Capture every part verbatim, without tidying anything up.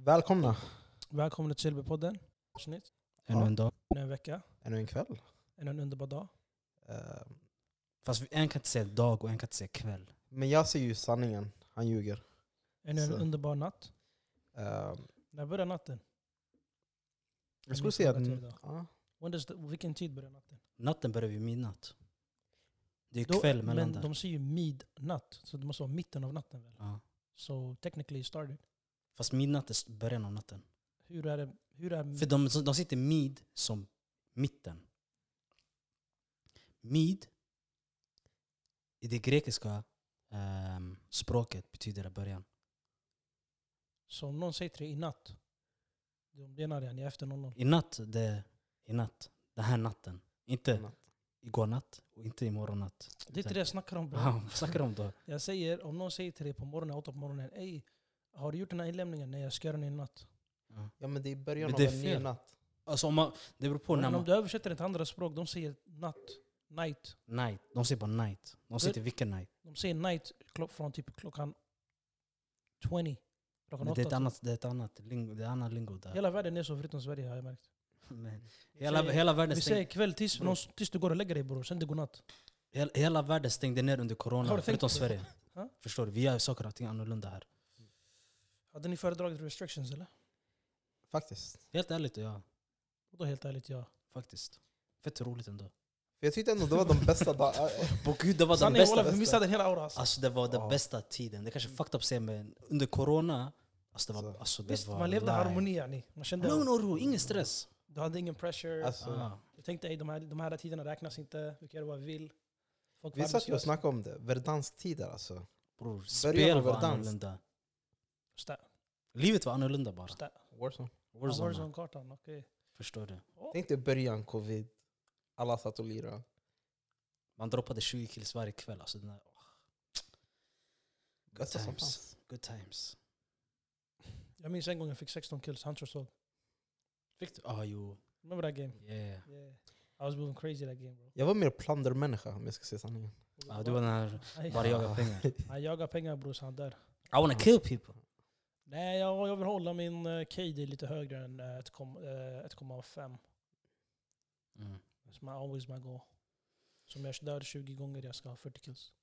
Välkomna. Välkomna till Silverpodden. Avsnitt. Ännu en dag. Ännu en vecka. Ännu en kväll. Ännu en underbar dag. Uh, Fast en kan inte säga dag och en kan inte säga kväll. men jag ser ju sanningen. Han ljuger. Ännu en Så. underbar natt. Uh, När börjar natten? jag skulle säga att... Min fråga till Ja. When does the, vilken tid börjar natten? Natten börjar vid midnatt. Det är Då- kväll mellan Men där. de säger ju midnatt. Så det måste vara mitten av natten väl? Ja. So technically it started. Fast midnatt är början av natten. Hur är det? Hur är För de, de sitter mid som mitten. Mid i det grekiska ehm, språket betyder det början. Så om någon säger till dig i natt. De menar det, ni är efter noll noll. I natt, det är i natt. Den här natten. Inte Natt. igår natt och inte imorgon natt. Det är inte det jag snackar om. Bro. Ja, vad snackar du om då? Jag säger, om någon säger till dig på morgonen, åtta på morgonen. Ey, har du gjort den här inlämningen? Nej, jag ska göra den i natt. Ja. Ja, men det är början Men av det är en ny fel. natt. Alltså om man, det beror på när Men om man... du översätter det till andra språk, de säger natt, night. Night. De säger bara night. De säger till vilken night. De säger night klock, från typ klockan tjugo. Klockan Men det är ett åtta. annat, det är ett annat lingo, det är annat lingo där. Hela världen är så förutom Sverige har jag märkt. Men Vi hela, säger- hela, världen Vi stäng, säger kväll tills, Bro. någon- tills du går och lägger dig bror, sen det går natt. hela, hela världen stängde ner under Har corona, du tänkt förutom på det? Sverige. Ha? Förstår du? Vi gör saker och ting annorlunda här. Hade ni föredragit restrictions eller? Faktiskt. Helt ärligt, ja. Och då helt ärligt ja. Faktiskt. Fett roligt ändå. För jag tyckte ändå det var de bästa dagarna. På gud, det var den Sanningen bästa. walla, vi missade en hel aura alltså. Alltså det var den Ja. bästa tiden. Det kanske fucked up att säga, men under corona, alltså det var, Så. alltså, det Visst, var man levde live. harmoni yani. Man kände, Lugn och ro, ingen stress. du hade ingen pressure. Alltså, Ah. Du tänkte ey, de, här, de här tiderna räknas inte, vi kan göra vad vi vill. Folk vi var satt ju och arbetslösa. snackade om det. Verdansk-tider alltså. Bror, Början spel av var dans. annorlunda. Sta- Livet var annorlunda bara. sta- Warzone. Warzone. Warzone-kartan, okej. Förstår du? Tänk dig början covid. Alla satt och lirade. Man droppade tjugo kills varje kväll. Alltså den där, åh. Good Bästa som times. fanns. Good times. Jag minns en gång jag fick sexton kills, Hunter såg. Fick du? Ah, jo. Remember that game? Yeah. Yeah. I was moving crazy that game bro. Jag var mer plundermänniska om jag ska säga sanningen. Ah, du var den här, Nej, bara jaga pengar. Han jagar pengar bror så han dör. I wanna kill people. Nej, jag, jag vill hålla min uh, K D lite högre än uh, ett komma fem. Mm. That's my, always my goal. Så om jag dör tjugo gånger, jag ska ha fyrtio kills.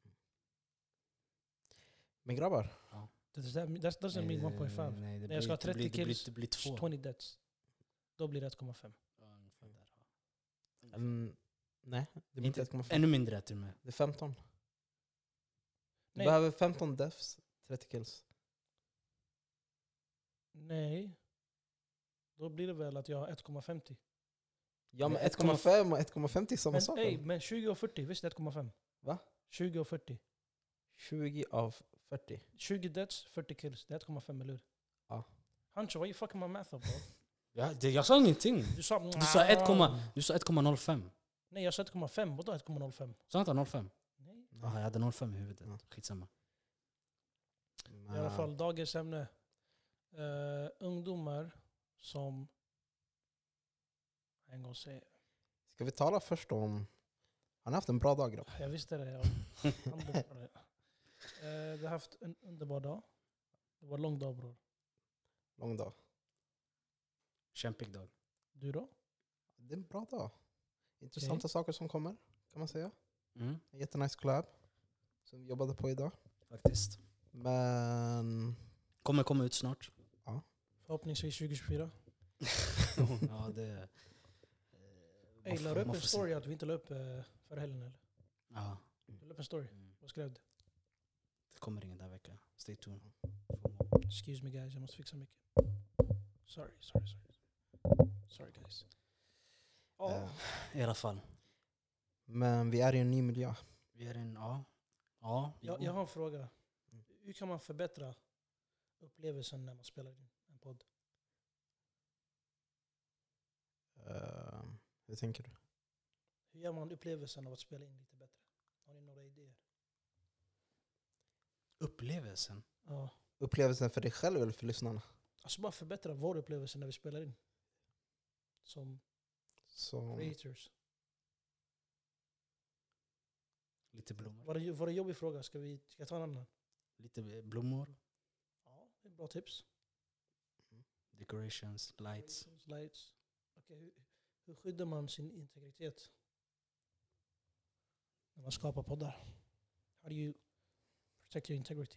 Men grabbar. Does that, mean- that doesn't mean one point five. Nej, nej, det Nej, jag ska ha blir- det trettio blir- det blir- kills, Det blir två. tjugo deaths. Då blir det ett komma fem. Ja, ungefär där, ja. Mm, nej, det blir inte Inte, ett komma fem. ännu mindre till och med. Det är femton. Du Nej. behöver femton deaths, trettio kills. Nej. Då blir det väl att jag har ett komma femtio. Ja, men Men ett komma fem och ett komma femtio är samma Men, sak. ey, väl? men tjugo och fyrtio, visst är ett komma fem? Va? tjugo och fyrtio. tjugo av fyrtio. tjugo deaths, fyrtio kills. Det är ett komma fem, eller hur? Ja. Hancho, why you fucking my math up bro? Ja, det, jag sa ingenting. Du sa... Du sa ett komma- Du sa ett komma noll fem. Nej, jag sa ett komma fem. Vadå ett komma noll fem? Sa inte noll fem? Nej. Ah, jag hade noll fem i huvudet. Ja. Skitsamma. I alla fall, dagens ämne. Uh, ungdomar som... En gång säger... Ska vi tala först om... Han har haft en bra dag, grabb. Jag visste det. Jag, underbar det. Uh, vi har haft en underbar dag. Det var en lång dag bror. Lång dag. Kämpig dag. Du då? Det är en bra dag. Intressanta Okej. saker som kommer, kan man säga. Mm, En jättenice collab som vi jobbade på idag. faktiskt. Men... Kommer komma ut snart. Förhoppningsvis tjugo tjugofyra. Ja, det... eh, Ey, man la får- du upp man en får story se. att vi inte la upp uh, förra helgen eller? Ja. Du la upp en story. Mm. Vad skrev du? Det kommer ingen den här veckan. Stay tuned. Excuse me guys, jag måste fixa mycket. Sorry, sorry, sorry. Sorry guys. Ja. eh, I alla fall. men vi är i en ny miljö. Vi är en... Ja. Ja. Jag, jag har en fråga. Mm. Hur kan man förbättra upplevelsen när man spelar in en podd? Uh, hur tänker du? Hur gör man upplevelsen av att spela in lite bättre? Har ni några idéer? Upplevelsen. Ja. Upplevelsen för dig själv eller för lyssnarna? Alltså bara förbättra vår upplevelse när vi spelar in. Som Så, creators. Lite blommor. Var det, var det en jobbig fråga? Ska, vi, ska jag ta en annan? Lite blommor. Ja, det är ett bra tips. decorations, lights. Lights. Okej, hur, hur skyddar man sin integritet? När man skapar poddar. How do you protect your integrity?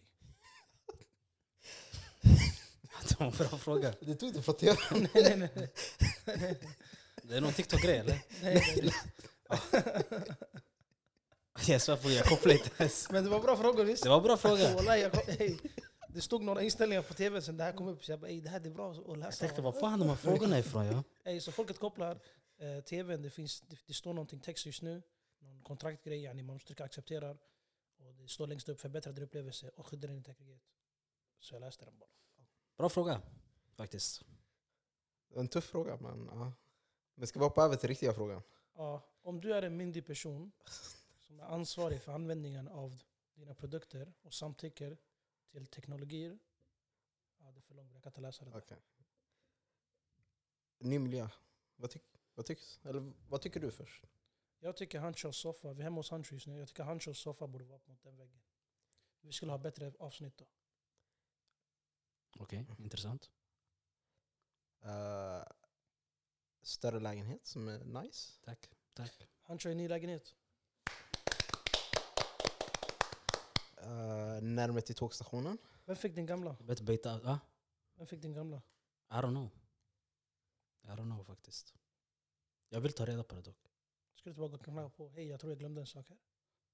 Det var en bra fråga. Det tog inte för att jag... nej, nej, nej. Det är någon TikTok-grej eller? nej, nej. Jag svär på jag kopplar inte ens. Men det var bra frågor visst? Det var en bra fråga. Wallahi, jag kom, hey, det stod några inställningar på tv sen det här kom upp. Så jag bara, hey, det här är bra att läsa. Jag tänkte, vad fan de här frågorna ifrån? Ja? Hey, så folket kopplar eh, tvn, det, finns, det, det står någonting text just nu. Någon kontraktgrej, yani man måste trycka accepterar. Och det står längst upp, förbättrad upplevelse och skyddar din integritet. Så jag läste den bara. Bra fråga, faktiskt. Det var en tuff fråga, men ja. Men ska vi hoppa över till riktiga frågan? Ja, om du är en myndig person som är ansvarig för användningen av dina produkter och samtycker till teknologier. Ja, det är för långt, jag kan inte läsa det. Okej. Ny miljö. Vad, tyck, vad, tycks, eller, vad tycker du först? Jag tycker Hanchos soffa, vi är hemma hos Hancho just nu, jag tycker Hanchos soffa borde vara mot den väggen. Vi skulle ha bättre avsnitt då. Okej, okay, intressant. Uh, större lägenhet som är nice. Tack, tack. Hancho är ny lägenhet. Uh, närmare till tågstationen. Vem fick din gamla? Bättre byta, va? Vem fick din gamla? I don't know. I don't know faktiskt. Jag vill ta reda på det dock. Skulle du bara kunna på, hej jag tror jag glömde en sak här.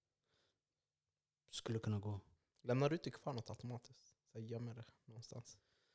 Skulle kunna gå. Lämnar du till kvar något automatiskt? Så jag gömmer det någonstans.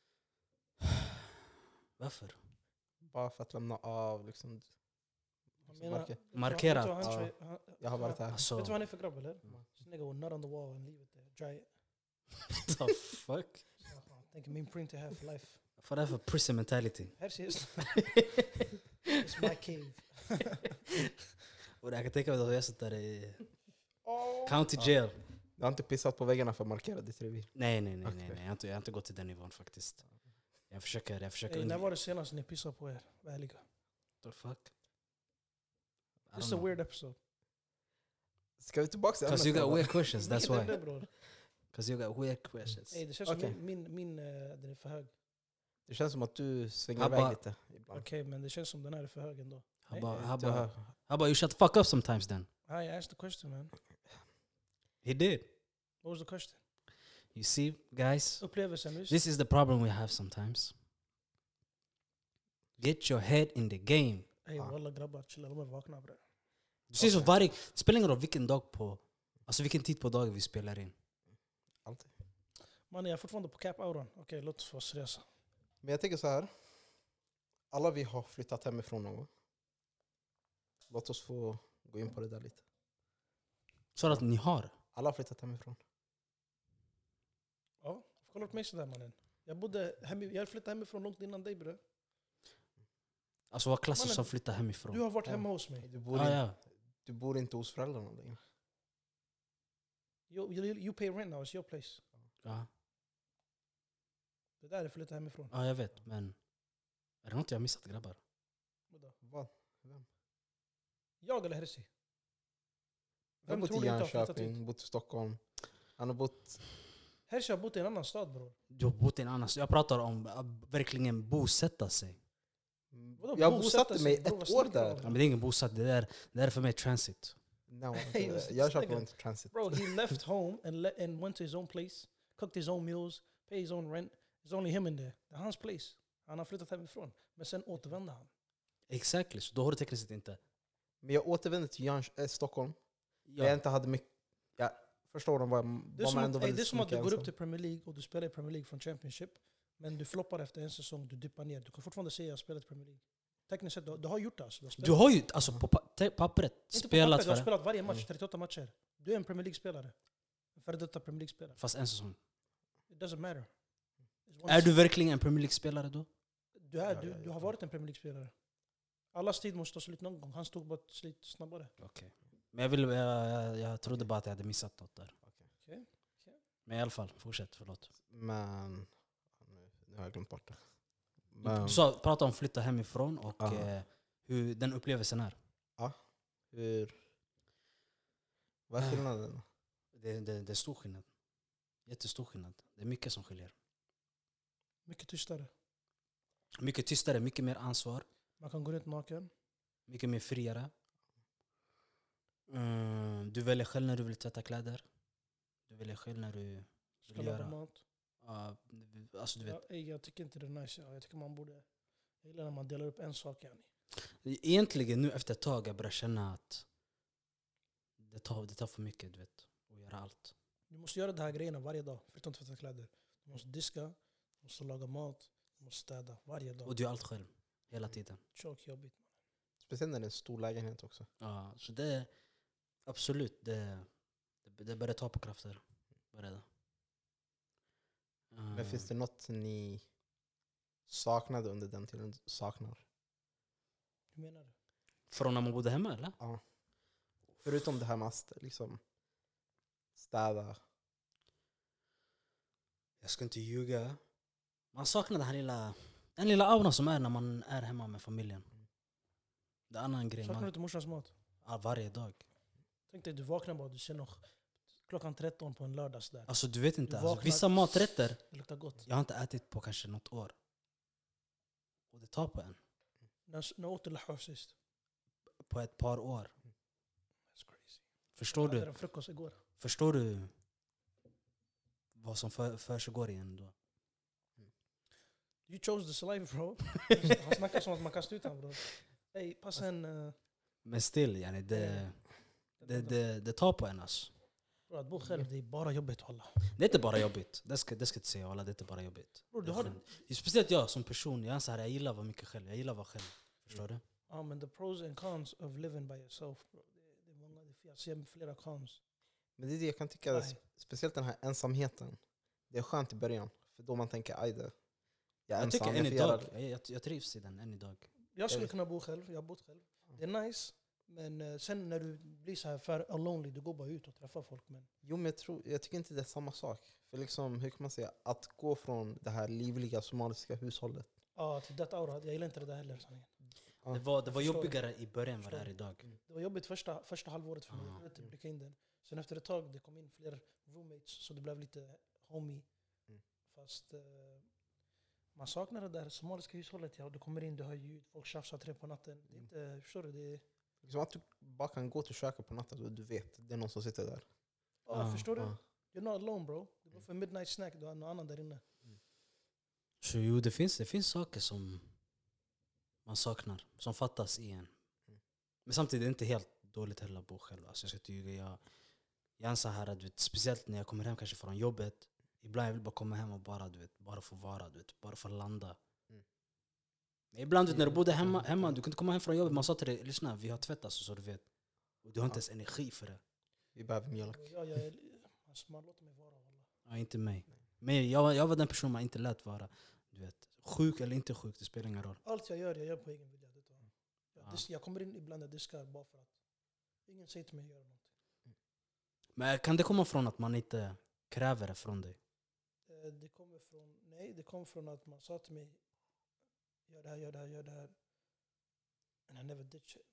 Varför? Bara för att lämna av liksom... Jag menar, marker. Markera. Vet du vad Hancho Ja. är- han- Jag har varit här. Alltså, Vet du vad han är för grabb eller? Mm. This nigga will nut on the wall and leave it there. Dry it. what the fuck? Tänk min printer här for life. Vad är det för prison mentality? Här ses. It's my cave. Och jag kan tänka mig att jag sitter i Oh. county Ja. jail. Du har inte pissat på väggarna för att markera ditt revir. Nej, nej, nej, Okej. nej, nej. Jag, har inte, jag har inte gått till den nivån faktiskt. Jag försöker, jag försöker Hey, när undvika. var det senast ni pissade på er? Var ärliga. What the fuck? I This is don't a know. weird episode. Ska vi tillbaka till Because you ämnet, got eller? weird questions, that's Vilket är det, why. bror? Because you got weird questions. Hey, det känns Okej. som min, min, min eh, den är för hög. Det känns som att du svänger Han iväg bara- lite ibland. Okej, men det känns som den här är för hög ändå. How about, Nej, how Du about, har- how about you shut the fuck up sometimes then? Hi, I asked the question, man. He did. What was the question? You see, guys, Upplevelsen, visst? this is the problem we have sometimes. Get your head in the game. Hey, Ah. walla grabbar, chilla, de är vakna bre. Du ser så varje... Det spelar ingen roll vilken dag på... Alltså vilken tid på dagen vi spelar in. Alltid. Man, jag är fortfarande på cap-auran. Okej, låt oss vara seriösa. Men jag tänker så här. Alla vi har flyttat hemifrån någon gång. Låt oss få gå in på det där lite. Så att ni har. Alla har flyttat hemifrån. Ja, kolla på mig sådär mannen. Jag bodde hemma, jag flyttade hemifrån långt innan dig bre. Alltså vad klassen Mannen, som flyttar hemifrån. Du har varit Ja. hemma hos mig. Du bor, ah, in, ja. du bor inte hos föräldrarna längre. You, you, you pay rent now, it's your place. Ja. Det där är flytta hemifrån. ja, jag vet. Men är det något jag har missat grabbar? Vadå? Vad? Vem? Jag eller Hersi? Jag har Vem bott tror i du inte har flyttat ut? Jönköping, bott i Stockholm. Han har bott... Hersi har bott i en annan stad bror. Du har bott i en annan... Jag pratar om att verkligen bosätta sig. Vadå, Jag bosätta bosatte sig? mig Bro, vad ett år snackar du där. om? Ja, men det är ingen bosatt. Det där, det där är för mig transit. No, Hey, inte. what's Jag this köpte nigga? inte transit. Bro, he left home and, le and went to his own place. Cooked his own meals. Paid his own rent. There's only him in there. Det är hans place. Han har flyttat hemifrån. Men sen återvände han. Exakt. Så då har du tekniskt sett inte... Men jag återvände till Jöns- äh, Stockholm. Ja. Jag inte hade mycket... Jag förstår de var, Det är var som, man att, ändå ey, det är väldigt som att du mycket går upp ensam. till Premier League och du spelar i Premier League från Championship. Men du floppar efter en säsong, du dippar ner. Du kan fortfarande säga att jag har spelat i Premier League. Tekniskt sett, du, du har gjort det alltså. Du har, spelat. Du har ju alltså på pa- te- pappret Inte på spelat pappret, du har för... spelat varje match, Mm. trettioåtta matcher. Du är en Premier League-spelare. En före detta Premier League-spelare. Fast en säsong. It doesn't matter. It's one Är du season. verkligen en Premier League-spelare då? Du, är, Ja, du, ja, du ja. har varit en Premier League-spelare. Allas tid måste ta slut någon gång. Han stod bara slut snabbare. Okej. Men jag, vill, jag, jag, jag trodde bara att jag hade missat något där. Okej. Men i alla fall, fortsätt. Förlåt. Men... Nu, nu har jag glömt bort det. Du, Men, du sa, prata om flytta hemifrån och Ja. eh, hur den upplevelsen är. hur... Vad är skillnaden? Det, det, det är stor skillnad. Jättestor skillnad. Det är mycket som skiljer. Mycket tystare. Mycket tystare, mycket mer ansvar. Man kan gå runt naken. Mycket mer friare. Mm, du väljer själv när du vill tvätta kläder. Du väljer själv när du Ska vill laga göra. mat. Ja, alltså du vet. Ja, ey, jag tycker inte det är nice. Ja. Jag tycker man borde... Jag gillar när man delar upp en sak. Yani. Egentligen nu efter ett tag jag börjar känna att det tar, det tar för mycket, du vet. Att göra allt. Du måste göra de här grejerna varje dag. Förutom tvätta kläder. Du måste diska. Du måste laga mat. Du måste städa varje dag. Och du gör allt själv. Hela tiden. Tjock jobbigt. Speciellt när det är en stor lägenhet också. Ja, så det är absolut, det, det, det börjar ta på krafter. Börjar det. Men finns det något ni saknade under den tiden saknar? Hur menar du? Från när man bodde hemma eller? Ja. Förutom det här med att liksom städa. Jag ska inte ljuga. Man saknar den här lilla, den lilla auran som är när man är hemma med familjen. Det är en annan grej. Saknar du Man, inte morsans mat? ja, varje dag. Tänk dig, du vaknar bara du ser nog klockan tretton på en lördag där. Alltså du vet inte, Du alltså, vaknar- vissa maträtter Det luktar gott. jag har inte ätit på kanske något år. Och det tar på en. När, när åt du lahor sist? På ett par år. That's crazy. Förstår Jag hade du? en frukost igår. Förstår du vad som för, för sig går igen då? You chose the saliva bro. Han snackar som att man kastar ut honom bro. Ey, passa en... Uh, Men still, yani, det, det, det, det tar på en alltså. bro, att bo själv, det är bara jobbigt alla. Det är inte bara jobbigt. Det ska, det ska jag inte säga alla, det är inte bara jobbigt. Bro, du Det är har, skönt. Speciellt jag som person, jag är så här, jag gillar att vara mycket själv. Jag gillar att vara själv. Förstår du? ja, men the pros and cons of living by yourself bro. Det, det är många, det, jag ser flera cons. Men det är det jag kan tycka, Nej. speciellt den här ensamheten. Det är skönt i början. För då man tänker, aj det. Jag är Jag tycker ensam, än jag får idag, göra det. jag, jag, jag trivs i den än idag. Jag skulle vet. kunna bo själv, jag har bott själv. Det är nice. Men eh, sen när du blir så här för lonely, du går bara ut och träffar folk. Men Jo, men jag, tror, jag tycker inte det är samma sak. För liksom, hur kan man säga, att gå från det här livliga somaliska hushållet. ja, till det aura, jag gillar inte det där heller. Sanningen. Ja. Det var, det var Jag förstår. jobbigare i början än vad det är Förstår. idag. Det var jobbigt första, första halvåret för mig. Ja. Jag kunde inte blicka in den. Sen efter ett tag det kom in fler roommates så det blev lite homie. Mm. Fast eh, man saknar det där somaliska hushållet. Ja, du kommer in, du hör ljud, folk tjafsar tre på natten. Det är inte, förstår du? Det är, Liksom att du bara kan gå till köket på natten och du vet, det är någon som sitter där. ja, Ja, förstår du? Ja. You're not alone bro. Du går för en midnight snack, du har någon annan där inne. Så jo, det finns, det finns saker som man saknar, som fattas i en. Mm. Men samtidigt är det inte helt dåligt heller att bo själv. Alltså jag ska inte ljuga. Jag, jag är en så här, du vet, speciellt när jag kommer hem kanske från jobbet. Ibland jag vill bara komma hem och bara, du vet, bara få vara, du vet, bara få landa. Mm. Men ibland du vet, när du bodde hemma, hemma, du kunde komma hem från jobbet, man sa till dig, lyssna, vi har tvättat så, så du vet. Och du har inte ens energi för det. Vi behöver mjölk. Ja, jag, är- alltså, man låter mig vara. Walla. Ja, inte mig. Men jag, jag var den personen man inte lät vara. Du vet, sjuk eller inte sjuk, det spelar ingen roll. Allt jag gör, jag gör på egen vilja. Det tar. Jag, Ja. dis- jag kommer in ibland och diskar bara för att ingen säger till mig att göra något. Men kan det komma från att man inte kräver det från dig? Eh, Det kommer från, nej, det kom från att man sa till mig gör det här, gör det här, gör det här. And I never did shit.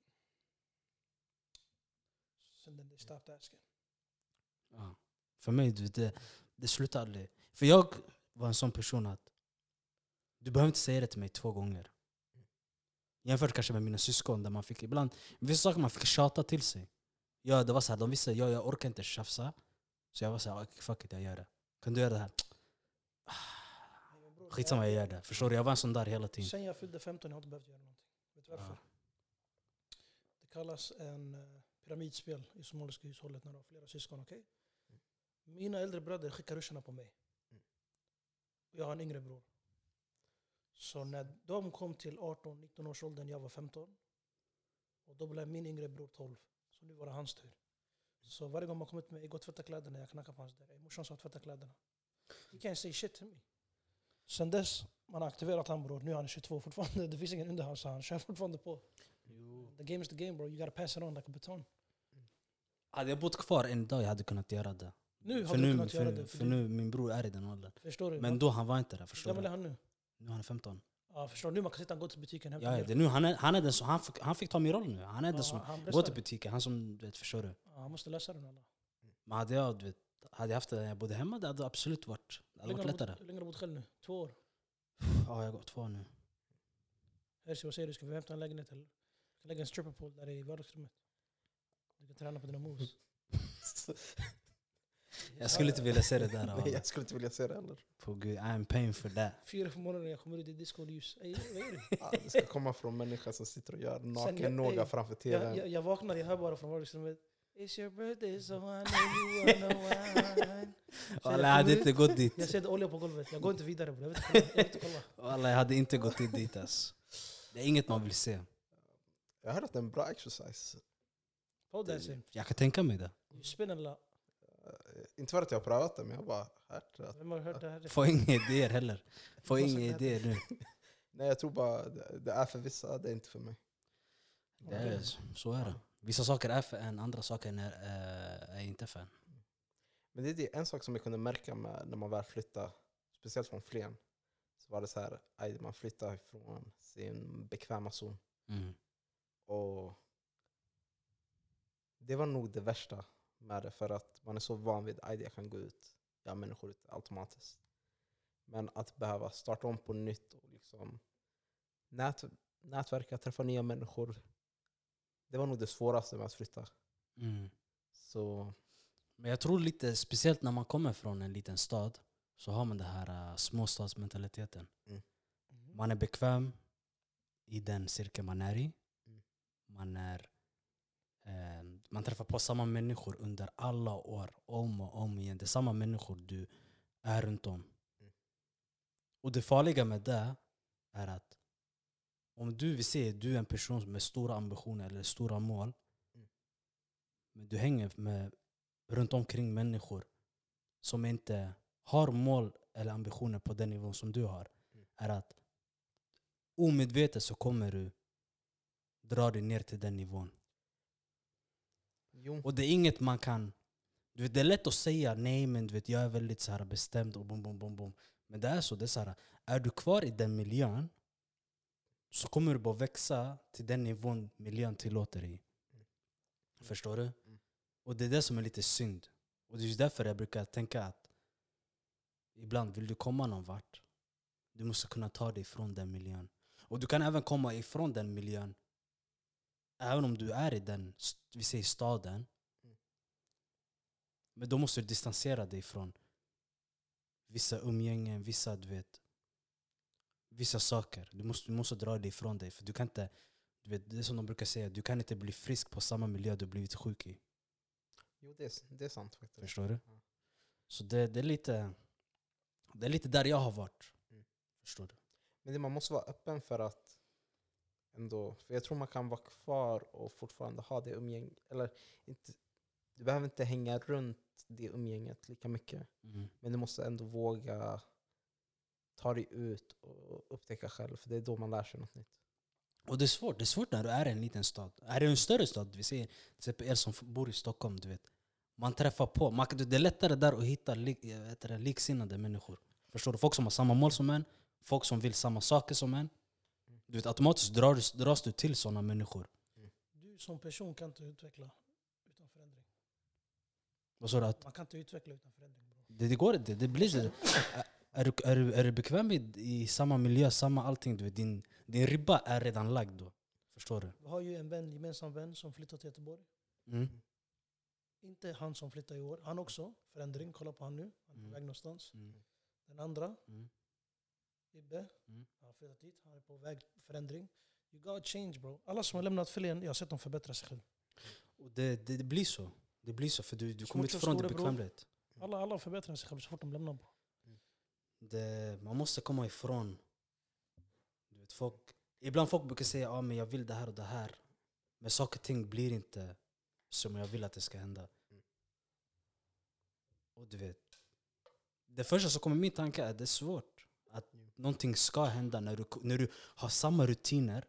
Sen then they stopped asking. Ja. För mig, du, det, det slutar aldrig. För jag var en sån person att du behöver inte säga det till mig två gånger. Jämfört kanske med mina syskon där man fick ibland, vissa saker man fick tjata till sig. Ja, det var så här, de visste, jag, jag orkar inte tjafsa. Så jag var så här, okay, fuck it, jag gör det. Kan du göra det här? Nej, men bror, Skitsamma, jag gör det. Förstår du? Jag var en sån där hela tiden. Sen jag fyllde femton jag har inte behövt göra någonting. Vet du varför? Ja. Det kallas en uh, pyramidspel i somaliska hushållet när du har flera syskon, okej? Mina äldre bröder skickar ruscherna på mig. Mm. Och jag har en yngre bror. Så när de kom till arton nitton års åldern, jag var femton. Och då blev min yngre bror tolv. Så nu var det hans tur. Så varje gång man kom ut med mig, gå och tvätta kläderna, jag knackar på hans dörr. Morsan sa tvätta kläderna. He can't say shit to me. Sen dess, man har aktiverat han bror. Nu är han tjugotvå fortfarande. Det finns ingen underhand så han kör fortfarande på. The game is the game bro. You gotta pass it on like a baton. Hade jag bott kvar en dag jag hade kunnat göra det. Nu har För du nu, kunnat för, göra det. för För nu, min bror är i den åldern. Förstår du? Men då han var inte där, Hur förstår gammal är du? han nu? Nu är han femton. Ja, förstår du? Nu man kan sitta och gå till butiken och hämta Ja, mjölk. det är nu, han, är, han, är den som, han, fick, han fick ta min roll nu. Han är den Ja, som han går bröstar. till butiken. Han som, du vet, förstår du? Ja, han måste lösa den alla. Men hade jag, du vet, hade jag haft det när jag bodde hemma, det hade absolut varit, det hade Hur länge varit har du lättare. bott- hur länge har du bott själv nu? Två år? Ja, jag har gått två nu. Hersi, vad säger du? Ska vi hämta en lägenhet eller? Ska lägga en stripperpole där i vardagsrummet? Du kan träna på dina moves. Jag skulle inte vilja se det där. Nej, alla. jag skulle inte vilja se det heller. På gud, I'm paying for that. Fyra på morgonen, jag kommer ut i discoljus. Ey, vad är det? Ja, det ska komma från människor som sitter och gör jag- naken-noga ey, framför Jag, tvn. jag, jag vaknar, jag hör bara från vardagsrummet. It's your birthday so I know you wanna wine. Så Alla, jag hade kommer inte ut, gått dit. Jag ser det olja på golvet. Jag går inte vidare bro. Jag vet inte kolla. Jag vet inte kolla. Alla, jag hade inte gått in dit alltså. Det är inget man vill se. Jag hörde att det är en bra exercise. Pole dancing. Jag kan tänka mig det. You spin a lot. Eh, Inte för att jag har prövat det, men jag har bara hört det. Vem har hört det här? Få inga idéer heller. Få Vad inga sa du? idéer nu. Nej, jag tror bara det det är för vissa, det är inte för mig. Det är, så är det. Vissa saker är för en, andra saker är, äh, är inte för en. Men det är det, en sak som jag kunde märka med när man väl flyttade, speciellt från Flen, så var det så här, aj, man flyttar från sin bekväma zon. Mm. Och det var nog det värsta med det, för att man är så van vid att jag kan gå ut, ja, människor ut automatiskt. Men att behöva starta om på nytt och liksom nät, nätverka, träffa nya människor, det var nog det svåraste med att flytta. Mm. Så Men jag tror lite, speciellt när man kommer från en liten stad, så har man det här uh, småstadsmentaliteten. Mm. Man är bekväm i den cirkel man är i. Mm. Man, är, eh, man träffar på samma människor under alla år, om och om igen. Det är samma människor du är runt om. Mm. Och det farliga med det är att om du vill se du är en person med stora ambitioner eller stora mål, Mm. men du hänger med runt omkring människor som inte har mål eller ambitioner på den nivån som du har, Mm. är att omedvetet så kommer du dra dig ner till den nivån. jo, Och det är inget man kan... Du vet, det är lätt att säga nej, men du vet, jag är väldigt så här bestämd och bom, bom, bom, bom. Men det är så, det är så här, är du kvar i den miljön så kommer du bara växa till den nivån miljön tillåter dig. Mm. Förstår du? Mm. Och det är det som är lite synd. Och det är just därför jag brukar tänka att ibland vill du komma någon vart, du måste kunna ta dig från den miljön. Och du kan även komma ifrån den miljön även om du är i den, vi säger staden. Mm. Men då måste du distansera dig från vissa umgängen, vissa, du vet, vissa saker. Du måste, du måste dra dig ifrån dig. För du kan inte, du vet, det är som de brukar säga, du kan inte bli frisk på samma miljö du blivit sjuk i. jo det, är, det är sant faktiskt. Förstår du? Ja. Så det, det, är lite, det är lite där jag har varit. Mm. Förstår du? Men det, man måste vara öppen för att ändå, för jag tror man kan vara kvar och fortfarande ha det umgänget. Eller inte, du behöver inte hänga runt det umgänget lika mycket. Mm. Men du måste ändå våga ta dig ut och upptäcka själv. För det är då man lär sig något nytt. Och det är svårt. Det är svårt när du är i en liten stad. Är det en större stad, vi ser till exempel er som bor i Stockholm, du vet. Man träffar på, man, det är lättare där att hitta lik, jag vet det, liksinnade människor. Förstår du? Folk som har samma mål som en, folk som vill samma saker som en. Du vet, automatiskt dras, dras du till sådana människor. Du som person kan inte utveckla utan förändring. Vad sa du? Att Man kan inte utveckla utan förändring bro. det, det går inte. Det blir så. Är, är, du, är, du, är du bekväm i, i samma miljö, samma allting, du vet, din, din ribba är redan lagd då. Förstår du? Vi har ju en vän, gemensam vän som flyttar till Göteborg. Mm. Inte han som flyttar i år. Han också. Förändring. Kolla på han nu. Han är på Mm. väg någonstans. Mm. Den andra, Mm. Ibbe. Mm. Han har flyttat dit. Han är på väg förändring. You gotta change bro. Alla som har lämnat Flen, jag har sett dem förbättra sig själv. Och det, det, det blir så. Det blir så, för du, du kommer Smart inte och ifrån din storebror. bekvämlighet. Alla, alla förbättrar sig själv så fort de lämnar bro. Det, man måste komma ifrån. Du vet, folk, ibland folk brukar säga att ah, men jag vill det här och det här. Men saker och ting blir inte som jag vill att det ska hända. Mm. Och du vet, det första som kommer i min tanke är att det är svårt. Att Mm. någonting ska hända när du, när du har samma rutiner.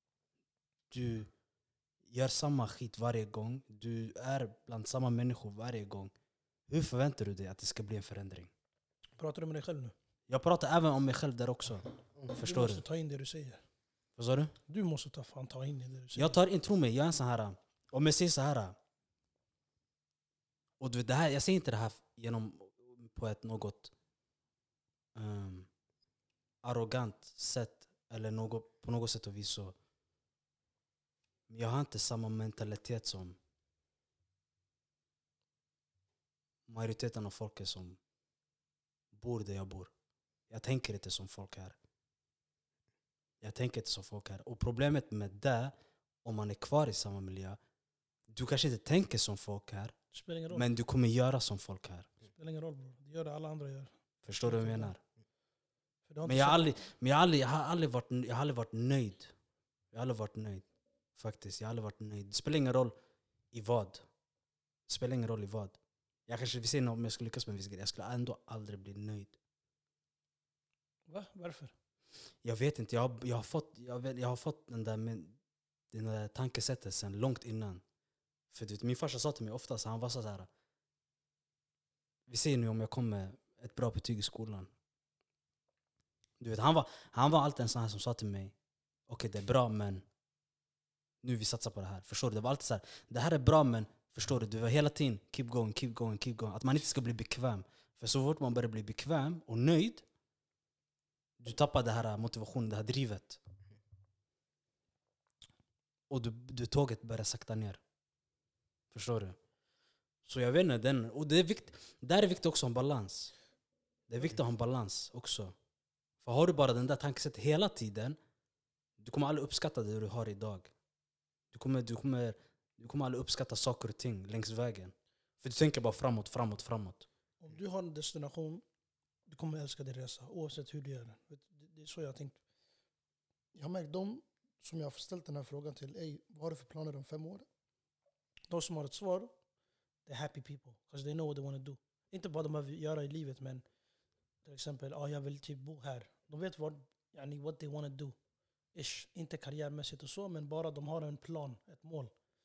Du gör samma skit varje gång. Du är bland samma människor varje gång. Hur förväntar du dig att det ska bli en förändring? Pratar du med dig själv nu? Jag pratar även om mig själv där också. Förstår du du? måste ta in det du säger. Vad sa du? Du måste ta, fan, ta in det du säger. Jag tar in, tro mig, jag är en sån här. Om jag säger så här. Och du vet, det här, jag säger inte det här genom på ett något um, arrogant sätt Eller något, på något sätt och vis så. Men jag har inte samma mentalitet som majoriteten av folket som bor där jag bor. Jag tänker inte som folk här. Jag tänker inte som folk här. Och problemet med det, om man är kvar i samma miljö, du kanske inte tänker som folk här, Det spelar ingen roll. men du kommer göra som folk här. Det spelar ingen roll bror. Det gör det alla andra gör. Förstår du vad jag menar? För det har Men inte jag har sett- aldrig, men jag har aldrig, jag har aldrig, varit, jag har aldrig varit nöjd. Jag har aldrig varit nöjd. Faktiskt, jag har aldrig varit nöjd. Det spelar ingen roll i vad. Det spelar ingen roll i vad. Jag kanske vill säga om jag skulle lyckas med en viss grej. Jag skulle ändå aldrig bli nöjd. Va? Varför? Jag vet inte, jag har, jag har, fått, jag vet, jag har fått den där, men, den där tankesättet sen långt innan. För du vet, min farsa sa till mig ofta, så han var så här. Vi ser nu om jag kommer ett bra betyg i skolan. Du vet, han, var, han var alltid en sån här som sa till mig, okej okay, det är bra men nu vi satsar på det här. Förstår du? Det var alltid så här, det här är bra men förstår du? Du var hela tiden keep going, keep going, keep going. Att man inte ska bli bekväm. För så fort man börjar bli bekväm och nöjd, du tappar det här motivationen, det här drivet. Och du, du tåget börjar sakta ner. Förstår du? Så jag vet inte, den, och det är viktigt, där är viktigt också en balans. Det är viktigt att ha en balans också. För har du bara den där tankesättet hela tiden, du kommer aldrig uppskatta det du har idag. Du kommer, du kommer, du kommer aldrig uppskatta saker och ting längs vägen. För du tänker bara framåt, framåt, framåt. Om du har en destination, du kommer älska din resa oavsett hur du gör den. Vet du, Det är så jag har tänkt. Jag har märkt de som jag har ställt den här frågan till, Ey, vad har du för planer om fem år? De som har ett svar, det är happy people. Because they know what they want to do. Inte bara de behöver göra i livet, men till exempel, ah, jag vill typ bo här. De vet vad, yani, what they want to do. Ish. Inte karriärmässigt och så, men bara de har en plan, ett mål.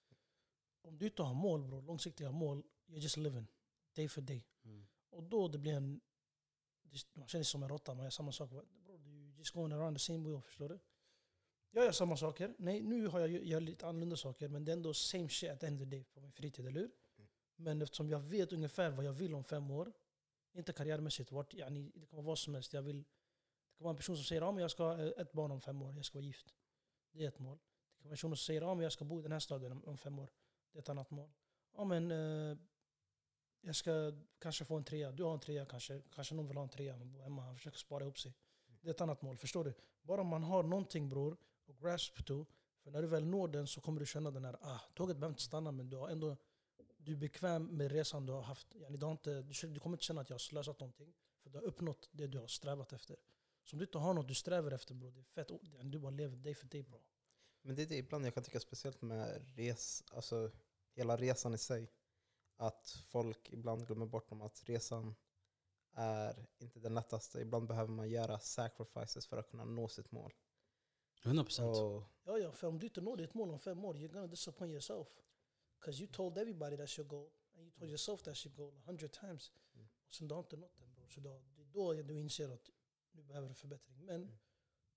Om du inte har mål, bro, långsiktiga mål, you're just living. Day for day. Mm. Och då det blir en... det- Man känner sig som en råtta, man gör samma sak. Bro, du just going around the same wheel, förstår du? Jag gör samma saker. Nej, nu har jag ju- gör lite annorlunda saker, men det är ändå same shit at the end of the day på min fritid, eller hur? Men eftersom jag vet ungefär vad jag vill om fem år, inte karriärmässigt, vart, yani, det kan vara vad som helst. Jag vill, det kan vara en person som säger att ja, jag ska ha eh, ett barn om fem år, jag ska vara gift. Det är ett mål. Det kan vara en person som säger att ja, jag ska bo i den här staden om, om fem år. Det är ett annat mål. Ja, men eh, jag ska kanske få en trea. Du har en trea kanske. Kanske någon vill ha en trea. Man bor hemma. Han försöker spara ihop sig. Det är ett annat mål. Förstår du? Bara man har någonting bror och grasp to. För när du väl når den så kommer du känna den här. Ah, tåget behöver inte stanna men du har ändå. Du är bekväm med resan du har haft. Yani, du, har inte, du, känner- du kommer inte känna att jag har slösat någonting. För du har uppnått det du har strävat efter. Så om du inte har något du strävar efter bror. Det är fett. Yani, du bara lever day för day bro. Men det är det ibland jag kan tycka speciellt med res, alltså hela resan i sig. Att folk ibland glömmer bort om att resan är inte den lättaste. Ibland behöver man göra sacrifices för att kunna nå sitt mål. hundra procent. Och Ja, ja, för om du inte når ditt mål om fem år, you're gonna disappoint yourself. Because you told everybody that's your goal, and you told yourself that's your goal a hundred times. Mm. Och sen du har inte nått den bror. Så då, det är då du inser att nu behöver du förbättring. Men Mm.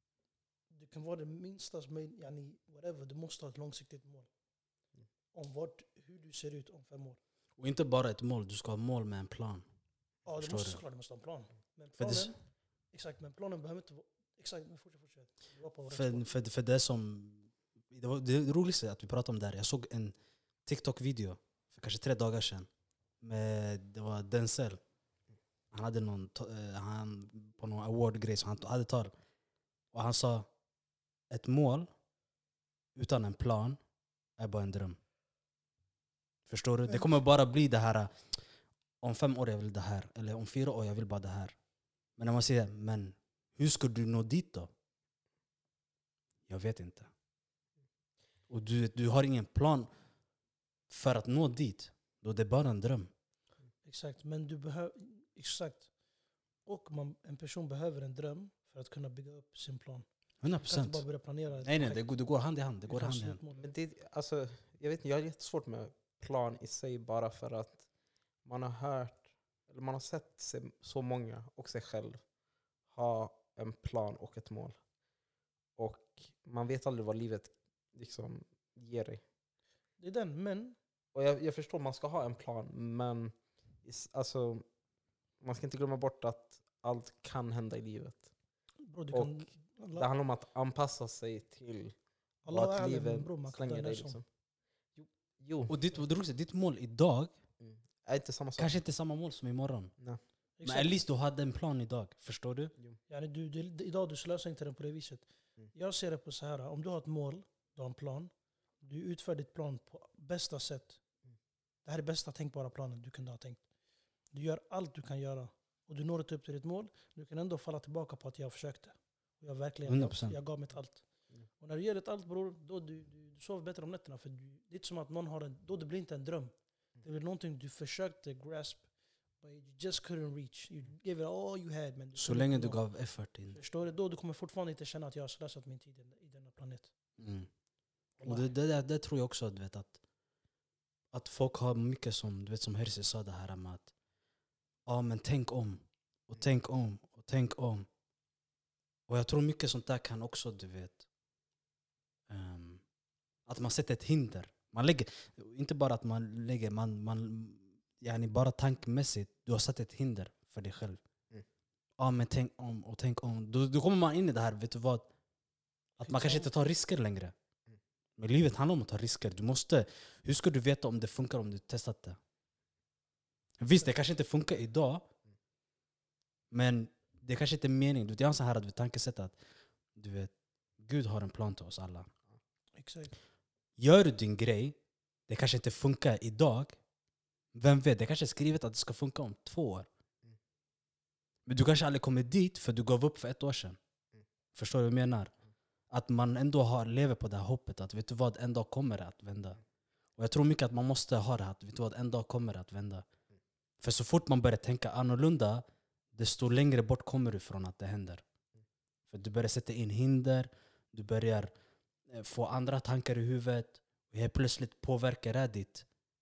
du kan vara det minsta som möjligt, yani whatever, du måste ha ett långsiktigt mål. Mm. Om vart, hur du ser ut om fem år. Och inte bara ett mål, du ska ha mål med en plan. Ja, du Förstår måste du? såklart du måste ha en plan. Men För det- planen, exakt, men planen behöver inte vara, exakt, men fortsätt, fortsätt. Du var på rätt För, spår. för, för det som... Det var det roligaste att vi pratade om det här. Jag såg en TikTok-video för kanske tre dagar sedan. Med, det var Denzel. Han hade någon, to- eh, han, på någon award-grej så han hade tal. Och han sa, ett mål utan en plan är bara en dröm. Förstår du? Det kommer bara bli det här, om fem år jag vill det här. Eller om fyra år jag vill bara det här. Men när man säger, men hur ska du nå dit då? Jag vet inte. Och du, du har ingen plan för att nå dit. Då det är bara en dröm. Exakt, men du behöver... Exakt. Och man, en person behöver en dröm för att kunna bygga upp sin plan. hundra Du kan inte procent. bara börja planera ett Nej, nej, projekt det går, det går hand i hand. Det går utan hand i hand. slutmål. Men det, alltså, jag vet inte, jag har jättesvårt med plan i sig bara för att man har hört, eller man har sett sig, så många och sig själv ha en plan och ett mål. Och man vet aldrig vad livet liksom ger dig. Det är den, men... Och jag, jag förstår, man ska ha en plan, men is- alltså, man ska inte glömma bort att allt kan hända i livet. Bro, du Och kan, Det Allah, handlar om att anpassa sig till Allah vad är ärlig, men livet bror, man kan slänger dö dig. när som. Liksom. Jo, jo. Och ditt, och det, ditt mål idag Mm. är inte samma sak. kanske inte är samma mål som imorgon. Nej. Men at least du hade en plan idag, förstår du? Jo. Yani du, du, idag du slösar inte den på det viset. Mm. Jag ser det på så här. Om du har ett mål, du har en plan. Du utför ditt plan på bästa sätt. Mm. Det här är bästa tänkbara planen du kunde ha tänkt. Du gör allt du kan göra. Och du når inte upp till ditt mål. Du kan ändå falla tillbaka på att jag försökte. Och jag verkligen hundra jag, procent. jag gav mitt allt. Mm. Och när du ger ditt allt bror, då du, du, du sover bättre om nätterna. För du, det är inte som att någon har en, då det blir inte en dröm. Det blir någonting du försökte grasp. But you just couldn't reach. You gave it all you had. Men du Så kunde länge inte du nå. gav effort in. Förstår du? Då du kommer fortfarande inte känna att jag har slösat min tid i- i denna planet. Mm. Och det, det, det, det tror jag också, du vet, att, att folk har mycket som, du vet, som Herse sa det här med att ja, men tänk om, och tänk om, och tänk om. Och jag tror mycket sånt där kan också, du vet, ehm, att man sätter ett hinder. Man lägger, inte bara att man lägger, man, man yani bara tankmässigt, du har satt ett hinder för dig själv. Mm. Ja, men tänk om, och tänk om. Då, då kommer man in i det här, vet du vad? Att man kanske inte tar risker längre. Mm. Men livet handlar om att ta risker. Du måste, hur ska du veta om det funkar om du testat det? Visst, det kanske inte funkar idag. Men det kanske inte är meningen. Du vet, jag har så här att vi tankesätter att du vet, Gud har en plan till oss alla. Exakt. Gör du din grej, det kanske inte funkar idag. Vem vet, det kanske är skrivet att det ska funka om två år. Mm. Men du kanske aldrig kommer dit för du gav upp för ett år sedan. Mm. Förstår du vad jag menar? Att man ändå har, lever på det här hoppet att vet du vad, en dag kommer det att vända. Och jag tror mycket att man måste ha det här, att vet du vad, en dag kommer det att vända. För så fort man börjar tänka annorlunda, desto längre bort kommer du från att det händer. För du börjar sätta in hinder, du börjar eh, få andra tankar i huvudet. Och helt plötsligt påverkar det ditt,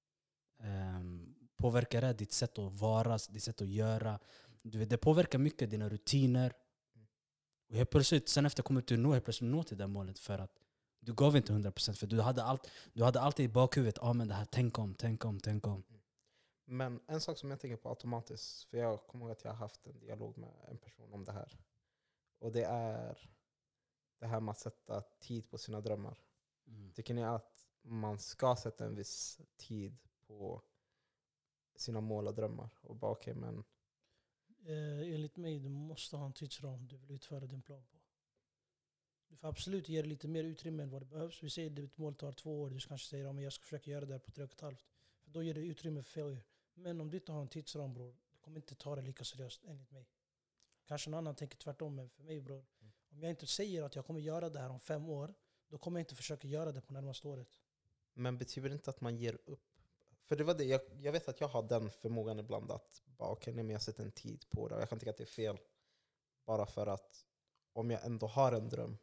um, påverkar det ditt sätt att vara, ditt sätt att göra. Du vet, det påverkar mycket dina rutiner. Och helt plötsligt, sen efter kommer du nå, helt plötsligt nå till det målet för att du gav inte hundra procent. För du hade, allt, du hade alltid i bakhuvudet, ah, men det här, tänk om, tänk om, tänk om. Men en sak som jag tänker på automatiskt, för jag kommer ihåg att jag har haft en dialog med en person om det här. Och det är det här med att sätta tid på sina drömmar. Mm. Tycker ni att man ska sätta en viss tid på sina mål och drömmar? Och bara okej, men Eh, enligt mig, du måste ha en tidsram du vill utföra din plan på. Du får absolut ge det lite mer utrymme än vad det behövs. Vi säger att ditt mål tar två år. Du kanske säger att jag ska försöka göra det här på tre och ett halvt. För då ger det utrymme för failure. Men om du inte har en tidsram bror, du kommer inte ta det lika seriöst enligt mig. Kanske någon annan tänker tvärtom, men för mig bror. Mm. Om jag inte säger att jag kommer göra det här om fem år, då kommer jag inte försöka göra det på närmaste året. Men betyder det inte att man ger upp? För det var det, jag, jag vet att jag har den förmågan ibland att bara, okej, nej, men jag sätter en tid på det. Och jag kan tycka att det är fel. Bara för att om jag ändå har en dröm,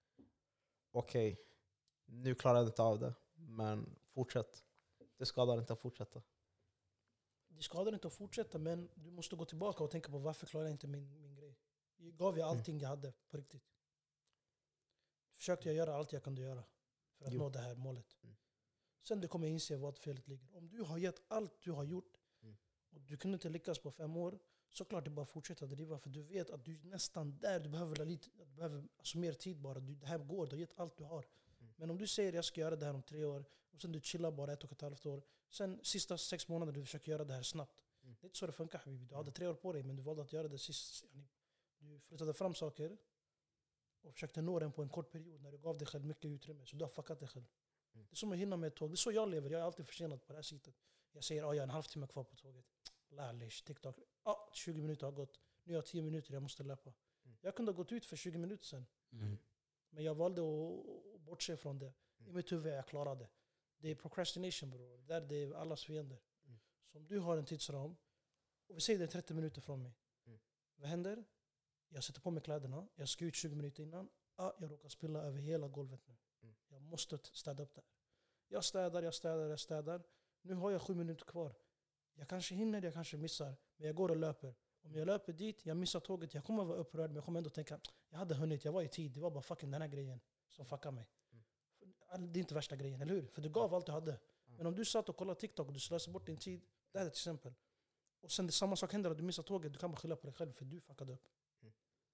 okej, nu klarar jag inte av det, men fortsätt. Det skadar inte att fortsätta. Det skadar inte att fortsätta, men du måste gå tillbaka och tänka på varför klarar jag inte min, min grej. Jag gav jag allting jag hade på riktigt. Försökte jag göra allt jag kunde göra för att Jo. nå det här målet. Mm. Sen du kommer inse vad felet ligger. Om du har gett allt du har gjort Mm. och du kunde inte lyckas på fem år, så klart det är bara att fortsätta driva. För du vet att du är nästan där. Du behöver, lite, du behöver alltså mer tid bara. Du, det här går, du har gett allt du har. Mm. Men om du säger jag ska göra det här om tre år och sen du chillar bara ett och ett halvt år. Sen sista sex månader du försöker göra det här snabbt. Mm. Det är inte så det funkar habibi. Du hade tre år på dig men du valde att göra det sist. Du flyttade fram saker och försökte nå den på en kort period när du gav dig själv mycket utrymme. Så du har fuckat dig själv. Mm. Det är som att hinna med ett tåg. Det är så jag lever. Jag är alltid försenad på det här sättet. Jag säger att jag har en halvtimme kvar på tåget. Lärlish, TikTok. Ah, tjugo minuter har gått. Nu har jag tio minuter, jag måste löpa. Mm. Jag kunde ha gått ut för tjugo minuter sedan. Mm. Men jag valde att att bortse från det. Mm. I mitt huvud jag klarade det. Det är procrastination bror. Det där det är allas fiender. Mm. Så om du har en tidsram och vi säger det är trettio minuter från mig. Mm. Vad händer? Jag sätter på mig kläderna. Jag ska ut tjugo minuter innan. Ah, jag råkar spilla över hela golvet nu. Mm. Jag måste t- städa upp det här. Jag städar, jag städar, jag städar. Nu har jag sju minuter kvar. Jag kanske hinner, jag kanske missar. Men jag går och löper. Om jag löper dit, jag missar tåget. Jag kommer vara upprörd, men jag kommer ändå tänka jag hade hunnit, jag var i tid. Det var bara fucking den här grejen som fuckade mig. Mm. Det är inte värsta grejen, eller hur? För du gav allt du hade. Men om du satt och kollade TikTok och du slösade bort din tid. Det här är till exempel. Och sen det samma sak händer att du missar tåget. Du kan bara skylla på dig själv för du fuckade upp.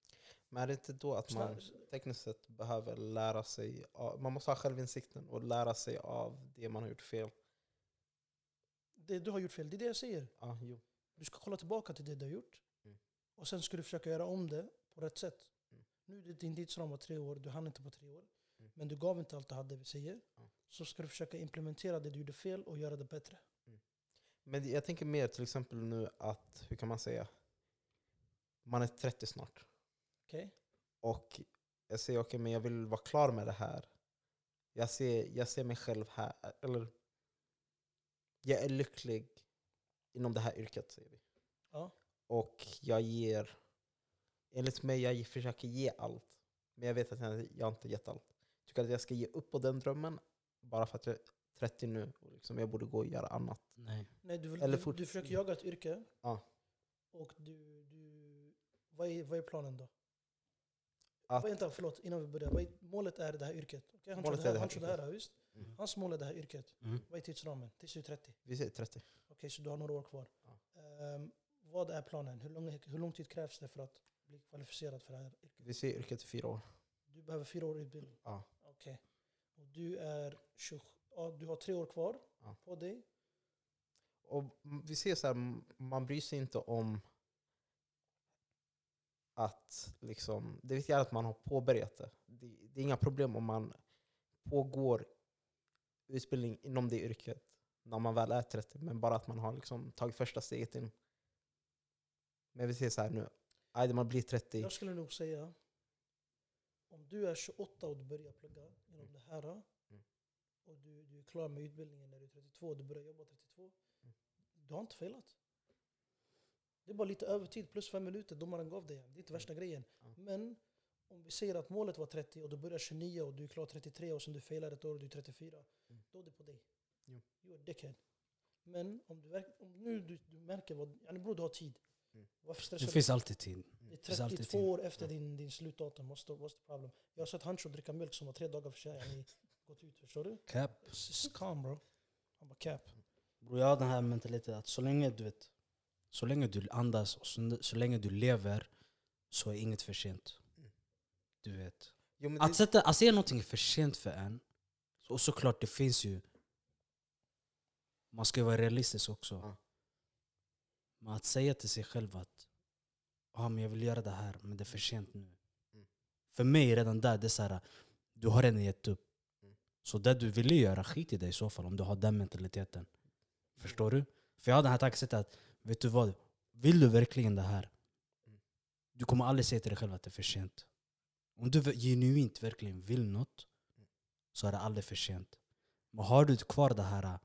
Men är det inte då att man tekniskt sett behöver lära sig av, man måste ha självinsikten och lära sig av det man har gjort fel? Det du har gjort fel, det är det jag säger. Ah, jo. Du ska kolla tillbaka till det du har gjort. Mm. Och sen ska du försöka göra om det på rätt sätt. Mm. Nu är din tidsram var tre år, du hann inte på tre år. Mm. Men du gav inte allt du hade, vi säger. Ja. Så ska du försöka implementera det du gjorde fel och göra det bättre. Mm. Men jag tänker mer till exempel nu att, hur kan man säga? Man är trettio snart. Okej? Och jag säger okej, okay, men jag vill vara klar med det här. Jag ser, jag ser mig själv här. Eller jag är lycklig inom det här yrket, säger vi. Ja. Och jag ger, enligt mig, jag försöker ge allt. Men jag vet att jag, jag inte gett allt. Jag tycker att jag ska ge upp på den drömmen bara för att jag är trettio nu. Och liksom jag borde gå och göra annat. Nej. Nej, du, vill, Eller du, fort- du försöker jaga ett yrke. Ja. Och du, du vad, är, vad är planen då? Att, Vad är, inte, förlåt, innan vi börjar. Vad är, målet är det här yrket. Okay, han Målet tror är det det här, här han tror det här, yrket. visst? Mm. Hans mål är det här yrket. Mm. Vad är tidsramen? Tills du är trettio. vi säger trettio. Okej, så du har några år kvar. Ja. Ehm, vad är planen? Hur lång, hur lång tid krävs det för att bli kvalificerad för det här yrket? Vi säger yrket i fyra år. Du behöver fyra år utbildning. Ja. Okej. Och du är tjugo, ja, du har tre år kvar Ja. på dig. Och vi ser så här, man bryr sig inte om att liksom, det viktiga är att man har påbörjat det. det. Det är inga problem om man pågår utbildning inom det yrket när man väl är trettio, men bara att man har liksom tagit första steget in. Men vi ser så här nu, aj, man blir trettio. Jag skulle nog säga, om du är tjugoåtta och du börjar plugga inom det här Mm. och du, du är klar med utbildningen när du är trettiotvå och du börjar jobba trettiotvå, Mm. du har inte failat. Det är bara lite övertid plus fem minuter domaren gav dig. Det är inte värsta grejen. Ja. Men om vi säger att målet var trettio och du börjar tjugonio och du är klar trettiotre och sen du failar ett år och du är trettiofyra, Mm. då är det på dig. Jo. You are a dickhead. Men om, du, verk- om nu du, du märker vad, yani bror du har tid. Mm. Varför Det stressar du? finns alltid tid. Det är finns alltid tid. trettiotvå år efter din, din slutdatum. What's the, what's the problem? Jag har sett Hancho dricka mjölk som var tre dagar för sig. Yani, gått ut, förstår du? Cap. It's calm bro. Han bara cap. Bro, jag har den här mentaliteten att så länge du vet, så länge du andas och så, så länge du lever så är inget för sent. Mm. Du vet. Jo, men det, Att, sätta, att säga någonting är för sent för en, och såklart det finns ju, man ska ju vara realistisk också. Ja. Men att säga till sig själv att ah, men jag vill göra det här, men det är för sent nu. Mm. För mig redan där, det är så här, du har redan gett upp. Mm. Så det du ville göra, skit i det i så fall, om du har den mentaliteten. Förstår du? För jag har den här tankesättet att, vet du vad? Vill du verkligen det här? Mm. Du kommer aldrig säga till dig själv att det är för sent. Om du genuint verkligen vill något, Mm. så är det aldrig för sent. Men har du kvar det här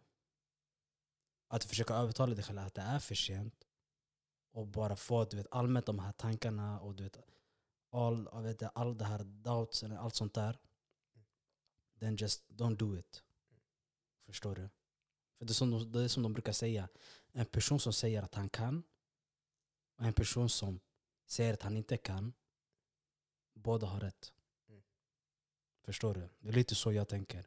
att försöka övertala dig själv att det är för sent och bara få, du vet, allmänt de här tankarna och du vet, all, jag vet, all det här doubts och allt sånt där, Mm. then just don't do it. Förstår du? För det är, som de, det är som de brukar säga, en person som säger att han kan och en person som säger att han inte kan, båda har rätt. Mm. Förstår du? Det är lite så jag tänker.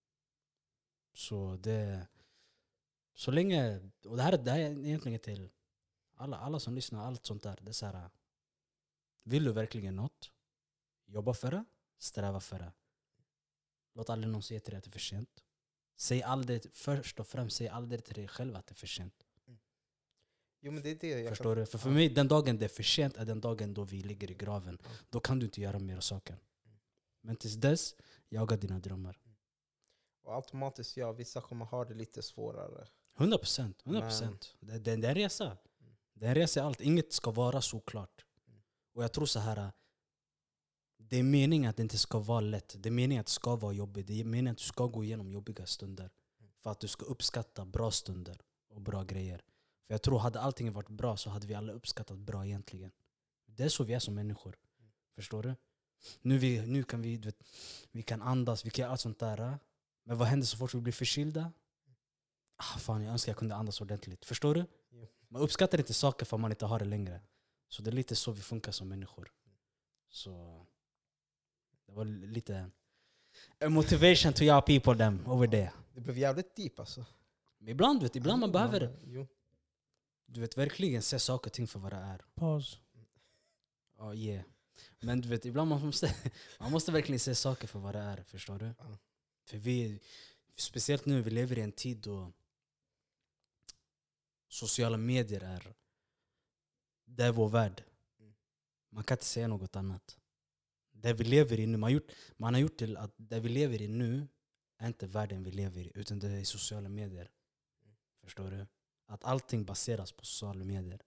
Så det, så länge, och det här, det här är egentligen till alla, alla som lyssnar, allt sånt där. Det är så här, vill du verkligen något, jobba för det, sträva för det. Låt aldrig någon säga till dig att det är för sent. Säg aldrig, först och främst, säg aldrig till dig själv att det är för sent. jo, men det är det jag Förstår du? För för mig, den dagen det är för sent är den dagen då vi ligger i graven. Ja. Då kan du inte göra mer saker. Mm. Men tills dess, jaga dina drömmar. Och automatiskt, ja, vissa kommer ha det lite svårare. hundra procent. hundra procent. Det, det, det är en resa. Mm. Det är en resa i allt. Inget ska vara så klart. Mm. Och jag tror så här. Det är meningen att det inte ska vara lätt. Det är meningen att det ska vara jobbigt. Det är meningen att du ska gå igenom jobbiga stunder. Mm. För att du ska uppskatta bra stunder och bra grejer. För jag tror hade allting varit bra så hade vi alla uppskattat bra egentligen. Det är så vi är som människor. Mm. Förstår du? Nu, vi, nu kan vi, du vet, vi kan andas, vi kan göra allt sånt där. Men vad händer så fort vi blir förkylda? Ah, fan, jag önskar jag kunde andas ordentligt. Förstår du? Jo. Man uppskattar inte saker för man inte har det längre. Så det är lite så vi funkar som människor. Så det var lite a motivation to your people them over there. Det blev jävligt deep alltså. Men ibland, vet, ibland man behöver Jo. du vet, verkligen se saker och ting för vad det är. Paus. Ja, yeah. Men du vet, ibland man måste, man måste verkligen se saker för vad det är, förstår du? Ja. För vi, speciellt nu, vi lever i en tid då sociala medier är, det är vår värld. Mm. Man kan inte säga något annat. Det vi lever i nu, man har gjort, man har gjort till att det vi lever i nu är inte världen vi lever i, utan det är sociala medier. Mm. Förstår du? Att allting baseras på sociala medier.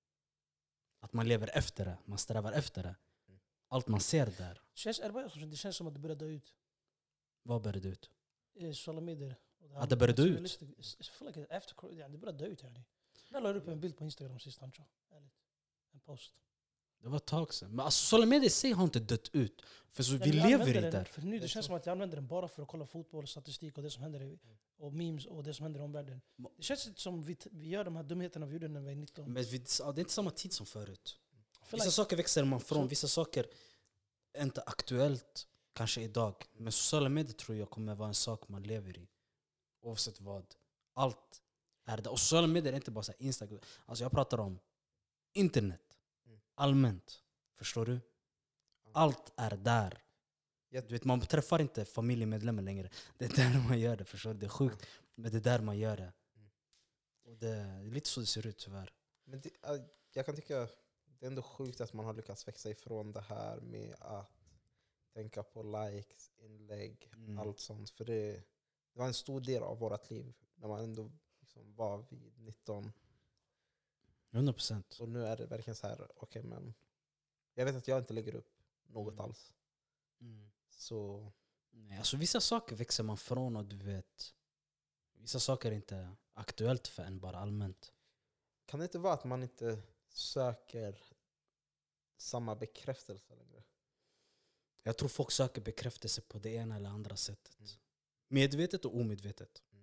Att man lever efter det, man strävar efter det. Mm. Allt man ser där. Känns, är det, bara, det känns som att det börjar dö ut. Vad börjar det ut? I sociala medier. Att det börjar dö ut? Jag feel like after, ja, det börjar dö ut. Yani. Jag la upp en bild på Instagram sist, Ancho. Ärligt. En post. Det var ett tag sedan. Men alltså, sociala medier i sig har inte dött ut. För så, Ja, vi jag lever använder i den, där. För nu det Jag känns tror- som att jag använder den bara för att kolla fotboll, statistik och det som händer i, och memes och det som händer i omvärlden. Det känns inte som vi, vi gör de här dumheterna vi gjorde när vi var nitton. Men vi, ja, det är inte samma tid som förut. För Vissa like, saker växer man från, Så- vissa saker är inte aktuellt kanske idag. Men sociala medier tror jag kommer vara en sak man lever i. Oavsett vad. Allt är det. Och sociala medier är inte bara så här Instagram. Alltså jag pratar om internet. Mm. Allmänt. Förstår du? Allt är där. Ja. Du vet, man träffar inte familjemedlemmar längre. Det är där man gör det. Förstår du? Det är sjukt. Men det är där man gör det. Mm. Och det är lite så det ser ut tyvärr. Men det, äh, jag kan tycka det är ändå sjukt att man har lyckats växa ifrån det här med att tänka på likes, inlägg, Mm. allt sånt. För det, det var en stor del av vårt liv när man ändå liksom var vid nitton. hundra procent. Och nu är det verkligen så här, okej men jag vet att jag inte lägger upp något Mm. alls. Mm. Så Nej, alltså vissa saker växer man från och du vet. Vissa saker är inte aktuellt för en bara allmänt. kan det inte vara att man inte söker samma bekräftelse längre? Jag tror folk söker bekräftelse på det ena eller andra sättet. Mm. Medvetet och omedvetet. Mm.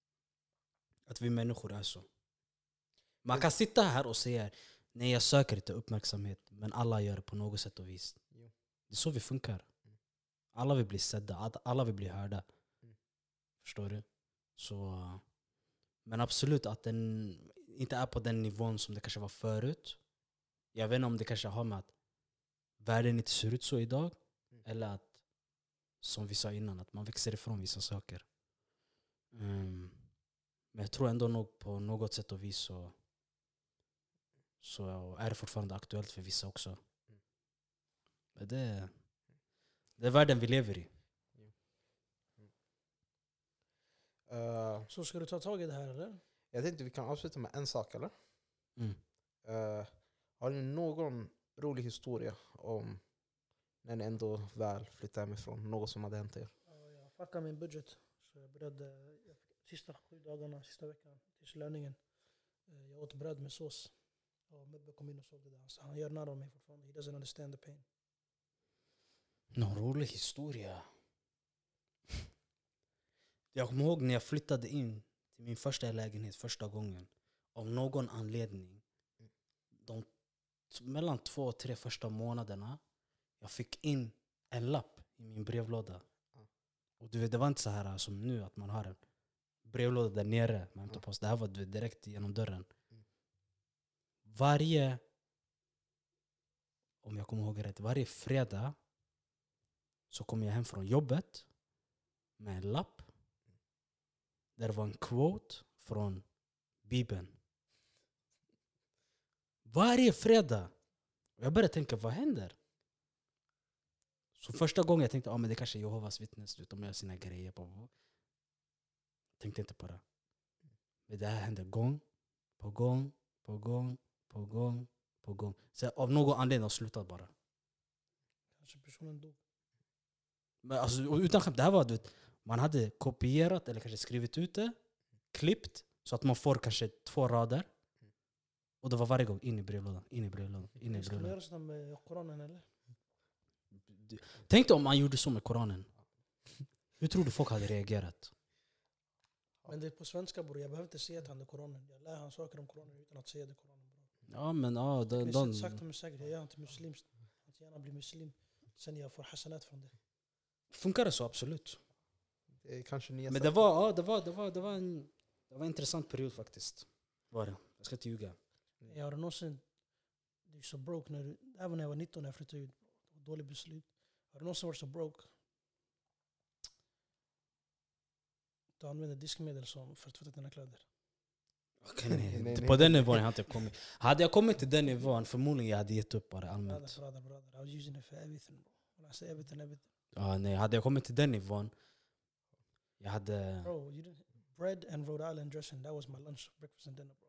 Att vi människor är så. Man kan sitta här och säga nej jag söker inte uppmärksamhet. Men alla gör det på något sätt och vis. Jo. Det är så vi funkar. Mm. Alla vill bli sedda. all- Alla vill bli hörda. Mm. Förstår du? Så, men absolut att den inte är på den nivån som det kanske var förut. Jag vet inte om det kanske har med att världen inte ser ut så idag. Mm. Eller att, som vi sa innan, att man växer ifrån vissa saker. Mm. Men jag tror ändå nog på något sätt och vis så, så är det fortfarande aktuellt för vissa också. Mm. Men det, det är världen vi lever i. Uh, så ska du ta tag i det här eller? jag tänkte vi kan avsluta med en sak eller? Mm. Uh, har ni någon rolig historia om när ni ändå väl flyttade hemifrån? Något som hade hänt er? Ja, jag fuckade min budget. Så jag började, jag fick, sista sju dagarna, sista veckan tills löningen. eh, Jag åt bröd med sås. Och Mebbe kom in och såg det där. Så han gör narr av mig fortfarande. He doesn't understand the pain. Någon rolig historia. Jag kommer ihåg när jag flyttade in till min första lägenhet första gången. Av någon anledning. De t- mellan två och tre första månaderna. Jag fick in en lapp i min brevlåda. Ja. Och du vet, det var inte så här som nu att man har en brevlåda där nere. Man hämtar Ja. post. Det här var du vet, direkt genom dörren. Mm. Varje, om jag kommer ihåg rätt, varje fredag så kom jag hem från jobbet med en lapp där det var en quote från Bibeln. Varje fredag. Och jag började tänka, vad händer? Så första gången jag tänkte, ah, men det kanske är Jehovas vittnes, de gör sina grejer. På. Tänkte inte på det. Men det här hände gång på gång, på gång, på gång, på gång. Så av någon anledning har slutat bara. Kanske personen dog. Men alltså, och utan skämt, det här var, du vet, man hade kopierat eller kanske skrivit ut det, klippt, så att man får kanske två rader. Och det var varje gång in i brevlådan, in i brevlådan, in i Ska man brevlådan. göra sådär med Koranen eller? Tänk dig om man gjorde så med Koranen. Hur tror du folk hade reagerat? Men det är på svenska bror. Jag behöver inte säga att han är Koranen. Jag lär han saker om Koranen utan att säga det Koranen bror. Ja men ja, de, Men de, sakta men säkert, jag gör han till muslim. Att gärna bli muslim. Sen jag får hasanat från det. funkar det så absolut. Det är kanske nya Men sätt. det var, ja, det var, det var, det var en, det var en intressant period faktiskt. Var det? Jag ska inte ljuga. Jag har någonsin... Du är så broke när du... Även när jag var nitton när jag flyttade ut. dålig beslut. Har du någonsin varit så broke? Du använder diskmedel som för att tvätta dina kläder. Okej, nej. Nej, nej, På den nej. nivån har jag inte kommit. Hade jag kommit till den nivån, förmodligen jag hade gett upp bara allmänt. Brother, brother, brother. I was using it for everything, bro. When I say everything, everything. Ja, nej, hade jag kommit till den nivån, jag hade... Bro, you didn't... Bread and Rhode Island dressing, that was my lunch, breakfast and dinner, bro.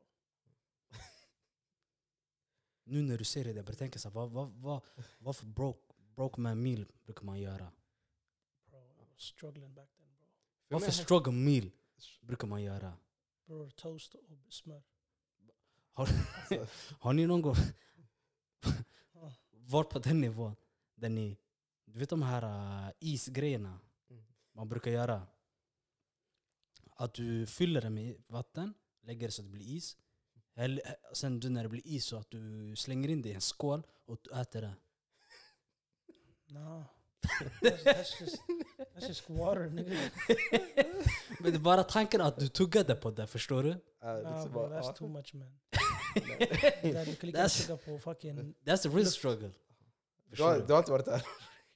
Nu när du säger det, jag börjar tänka så här, vad, vad, vad, vad för broke, broke man meal brukar man göra? Bro, I was struggling back then, bro. Vad för mig- struggle meal brukar man göra? Bro, toast och smör. Har, Alltså, har ni någon gång Ja. varit på den nivån där ni, du vet de här uh, isgrejerna Mm. man brukar göra? Att du fyller det med vatten, lägger det så att det blir is. Eller, sen du, när det blir is så att du slänger in det i en skål och du äter det. Nah. That's, that's, just, that's just water, nigga. Men det är bara tanken att du tuggade på det, förstår du? äh, Nah, liksom bro, bara, that's ja. too much, man. Nej. Där du kan lika That's- tugga på fucking... That's the real struggle. Du Förstår har, du? du har inte varit där?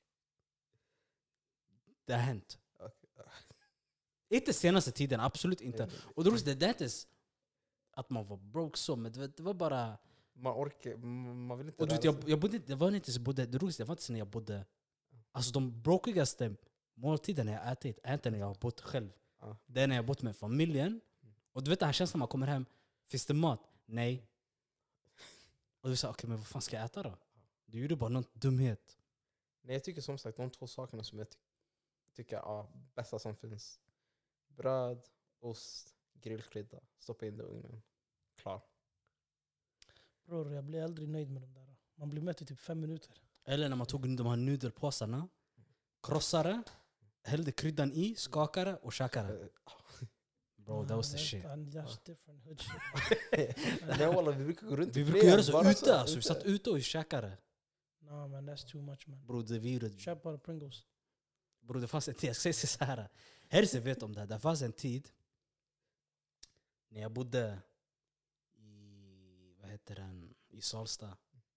Det har hänt. Okej. Inte senaste tiden, absolut inte. Nej, nej. Och det roliga, det är inte ens att man var broke så, men det var, det var bara... Man orkar, man vill inte Och du vet, röra jag, sig. jag bodde, det var inte så bodde, det roliga, det var inte så när jag bodde... Alltså de brokigaste måltiderna jag ätit är inte när jag har bott själv. Ja. Det är när jag har bott med familjen. Och du vet den här känslan när man kommer hem, finns det mat? Nej. Och du säger, okej men vad fan ska jag äta då? Du gjorde bara någon dumhet. Nej, jag tycker som sagt de två sakerna som jag ty tycker är ja, bästa som finns. Bröd, ost, grillkrydda. Stoppa in det i ugnen. Klar. Bror, jag blir aldrig nöjd med de där. Man blir mätt i typ fem minuter. Eller när man tog de här nudelpåsarna, krossade, hällde kryddan i, skakade och käkade. Eh, Bro, that was the Nah, shit. that's- and That's different hood shit. Nej walla, vi brukar gå runt Vi i brukar flera, göra så bara ute, alltså, vi satt ute och käkade. Nah, man, that's too much, man. Bro, det, vi gjorde, Köp bara Pringles. bro, det fanns en tid, jag ska säga så här. Herse vet om det här. Det fanns en tid när jag bodde i, vad heter den, i Salsta.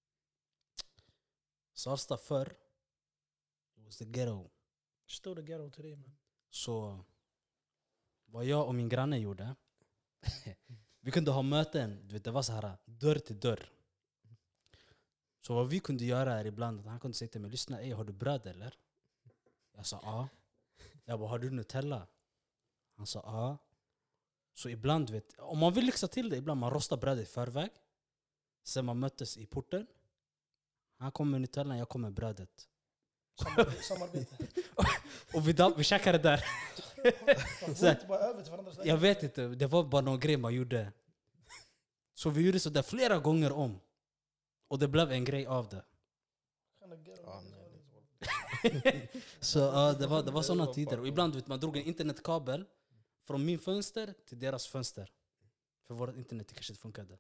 Salsta förr, it was the ghetto. Still the ghetto today, man. Så vad jag och min granne gjorde, vi kunde ha möten, du vet, det var så här dörr till dörr. Så vad vi kunde göra är ibland att han kunde säga till mig, lyssna, ey, har du bröd eller? Jag sa ja. Jag bara, har du Nutella? Han sa ja. Så ibland, du vet, om man vill lyxa till det, ibland man rostar brödet i förväg. Sen man möttes i porten. Han kom med Nutella, jag kom med brödet. Samarbete. Samarbete. Och vi, vi käkade där. Man Så- får inte bara över till varandra. så- Jag vet inte, det var bara någon grej man gjorde. Så vi gjorde så där flera gånger om. Och det blev en grej av det. Kinda ghetto, Ja, man. nej, nej. Så ja, det var, det var sådana tider. Och ibland vet man drog en internetkabel från min fönster till deras fönster. För vårt internet kanske inte funkade.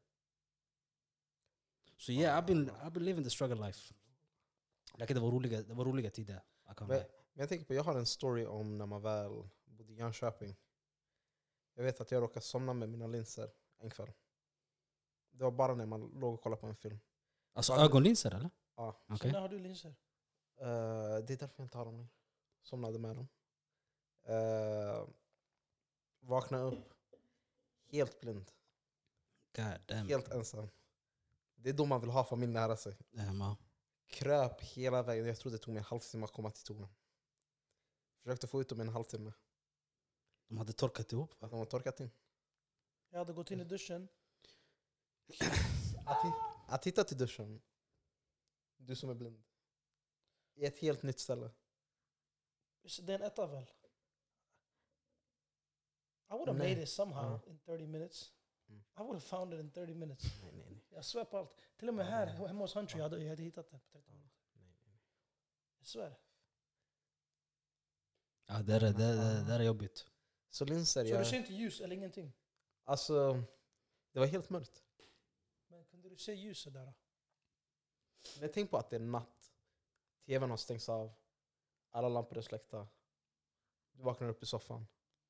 Så yeah, I've been, I've been living the struggle life. Like, det, var roliga, det var roliga tider. I can't Men, lie. men jag tänker på, jag har en story om när man väl bodde i Jönköping. Jag vet att jag råkade somna med mina linser en kväll. Det var bara när man låg och kollade på en film. Alltså ögonlinser eller? Ja. Så Okej. när har du linser? Uh, det är därför jag inte har dem nu. Somnade med dem. Uh, vaknade upp. Helt blind. God damn. Helt ensam. Det är då man vill ha familj nära sig. Damn, ja. Kröp hela vägen. Jag tror det tog mig en halvtimme att komma till tonen. Försökte få ut dem i en halvtimme. De hade torkat ihop va? De har torkat in. Jag hade gått in i duschen. Att, hi- att hitta till duschen. Du som är blind. I ett helt nytt ställe. Det är en etta väl? I would have Nej. made it somehow Ja. in thirty minutes. Mm. I would have found it in thirty minutes. Nej, nej, nej. Jag svär på allt. Till och med här hemma hos Huntry jag hade jag hade hittat den på trettio minuter. nej, nej. Jag svär. Ja, det är, det, det, det är jobbigt. Så linser, Så du jag, ser inte ljus eller ingenting? alltså, det var helt mörkt. Men kunde du se ljuset där? Men jag tänker på att det är natt. Tvn har stängts av. Alla lampor är släckta. Du vaknar upp i soffan.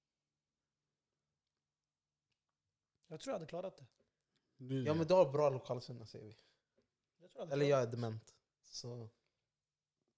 Jag tror jag hade klarat det. Ja, men du har bra lokalsinne, säger vi. Jag tror jag hade Eller klarat jag är dement. Så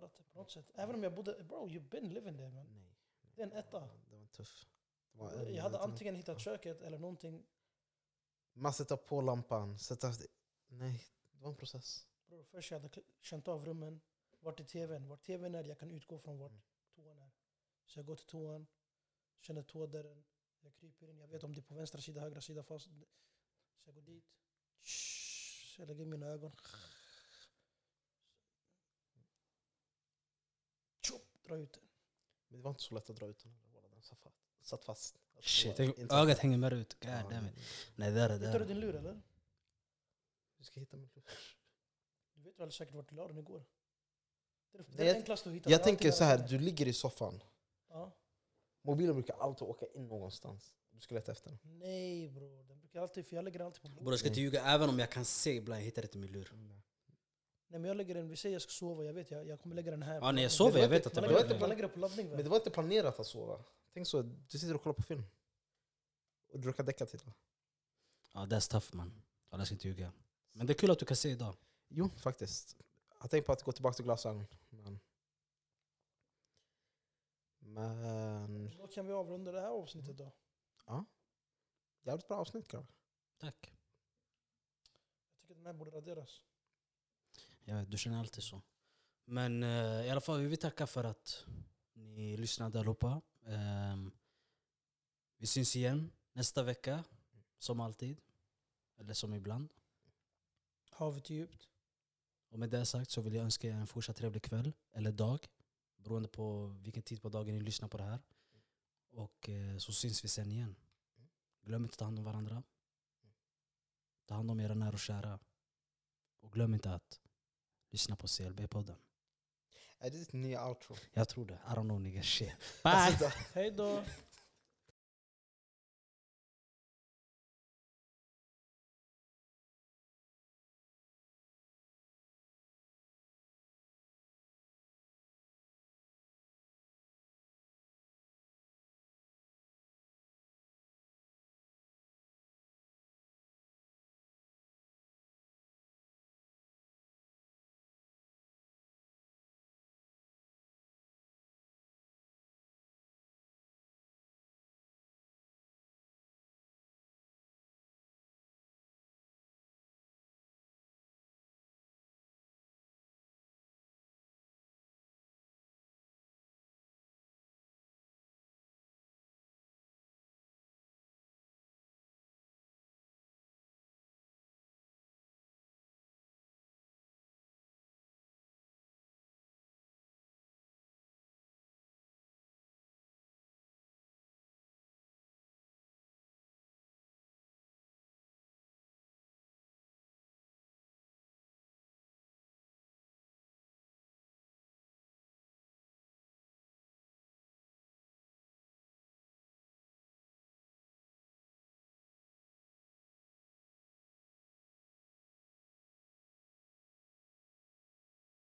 klarat det på något sätt. Även om jag bodde... Bro, you've been living there, man. Nej. Det är en etta. Det var tuff. Det var en, Jag hade en- antingen hittat köket eller någonting. Man sätter på lampan, sätter... Nej, det var en process. Bro, först jag hade kl- känt av rummen. Vart är tvn? Vart tvn är, jag kan utgå från vart Mm. toan är. Så jag går till toan, känner toadörren. Jag kryper in, jag vet om det är på vänstra sida, högra sida fast. Så jag går dit. Shh, jag lägger in mina ögon. Tjup, dra ut den. Men det var inte så lätt att dra ut den. Den satt fast. Satt fast. Alltså, Shit, det var tänk, inte- ögat hänger mer ut. God Ja, damn it. nej. Nej, det är det Hittar du där. din lur eller? Du ska hitta min lur. Du vet väl säkert vart du la den igår? Det är det, Nej, det, är jag- det enklaste att hitta. Jag Det är alltid tänker så här, där. du ligger i soffan. Ja. Mobilen brukar alltid åka in någonstans. Du ska leta efter den. Nej bro, den brukar alltid, för jag lägger den alltid på bordet. Bror, jag ska inte ljuga. Även om jag kan se ibland, jag hittar inte min lur. Nej men jag lägger den, vi säger jag ska sova, jag vet jag, jag kommer lägga den här. Ja, när jag på- sover, var jag inte- vet att Man det var lägger, inte den, var man lägger den på laddning Men väl? det var inte planerat att sova. Tänk så, du sitter och kollar på film. Och du råkar däcka till. Ja, that's tough man. Ja, jag ska inte ljuga. Men det är kul att du kan se idag. Jo, faktiskt. Jag tänkte på att gå tillbaka till glasögon. Men... Men... Då kan vi avrunda det här avsnittet då. Jävligt bra avsnitt kanske. Tack. Jag tycker den här borde raderas. Jag vet, du känner alltid så. Men eh, i alla fall, vi vill tacka för att ni lyssnade allihopa. Um, vi syns igen nästa vecka, som alltid. Eller som ibland. Havet är djupt. Och med det sagt så vill jag önska er en fortsatt trevlig kväll, eller dag. Beroende på vilken tid på dagen ni lyssnar på det här. Och eh, så syns vi sen igen. Glöm inte att ta hand om varandra. Ta hand om era nära och kära. Och glöm inte att lyssna på C L B-podden. Är det ditt nya outro? Jag tror det. I don't know nigga shit. Alltså, Bye! Hej då!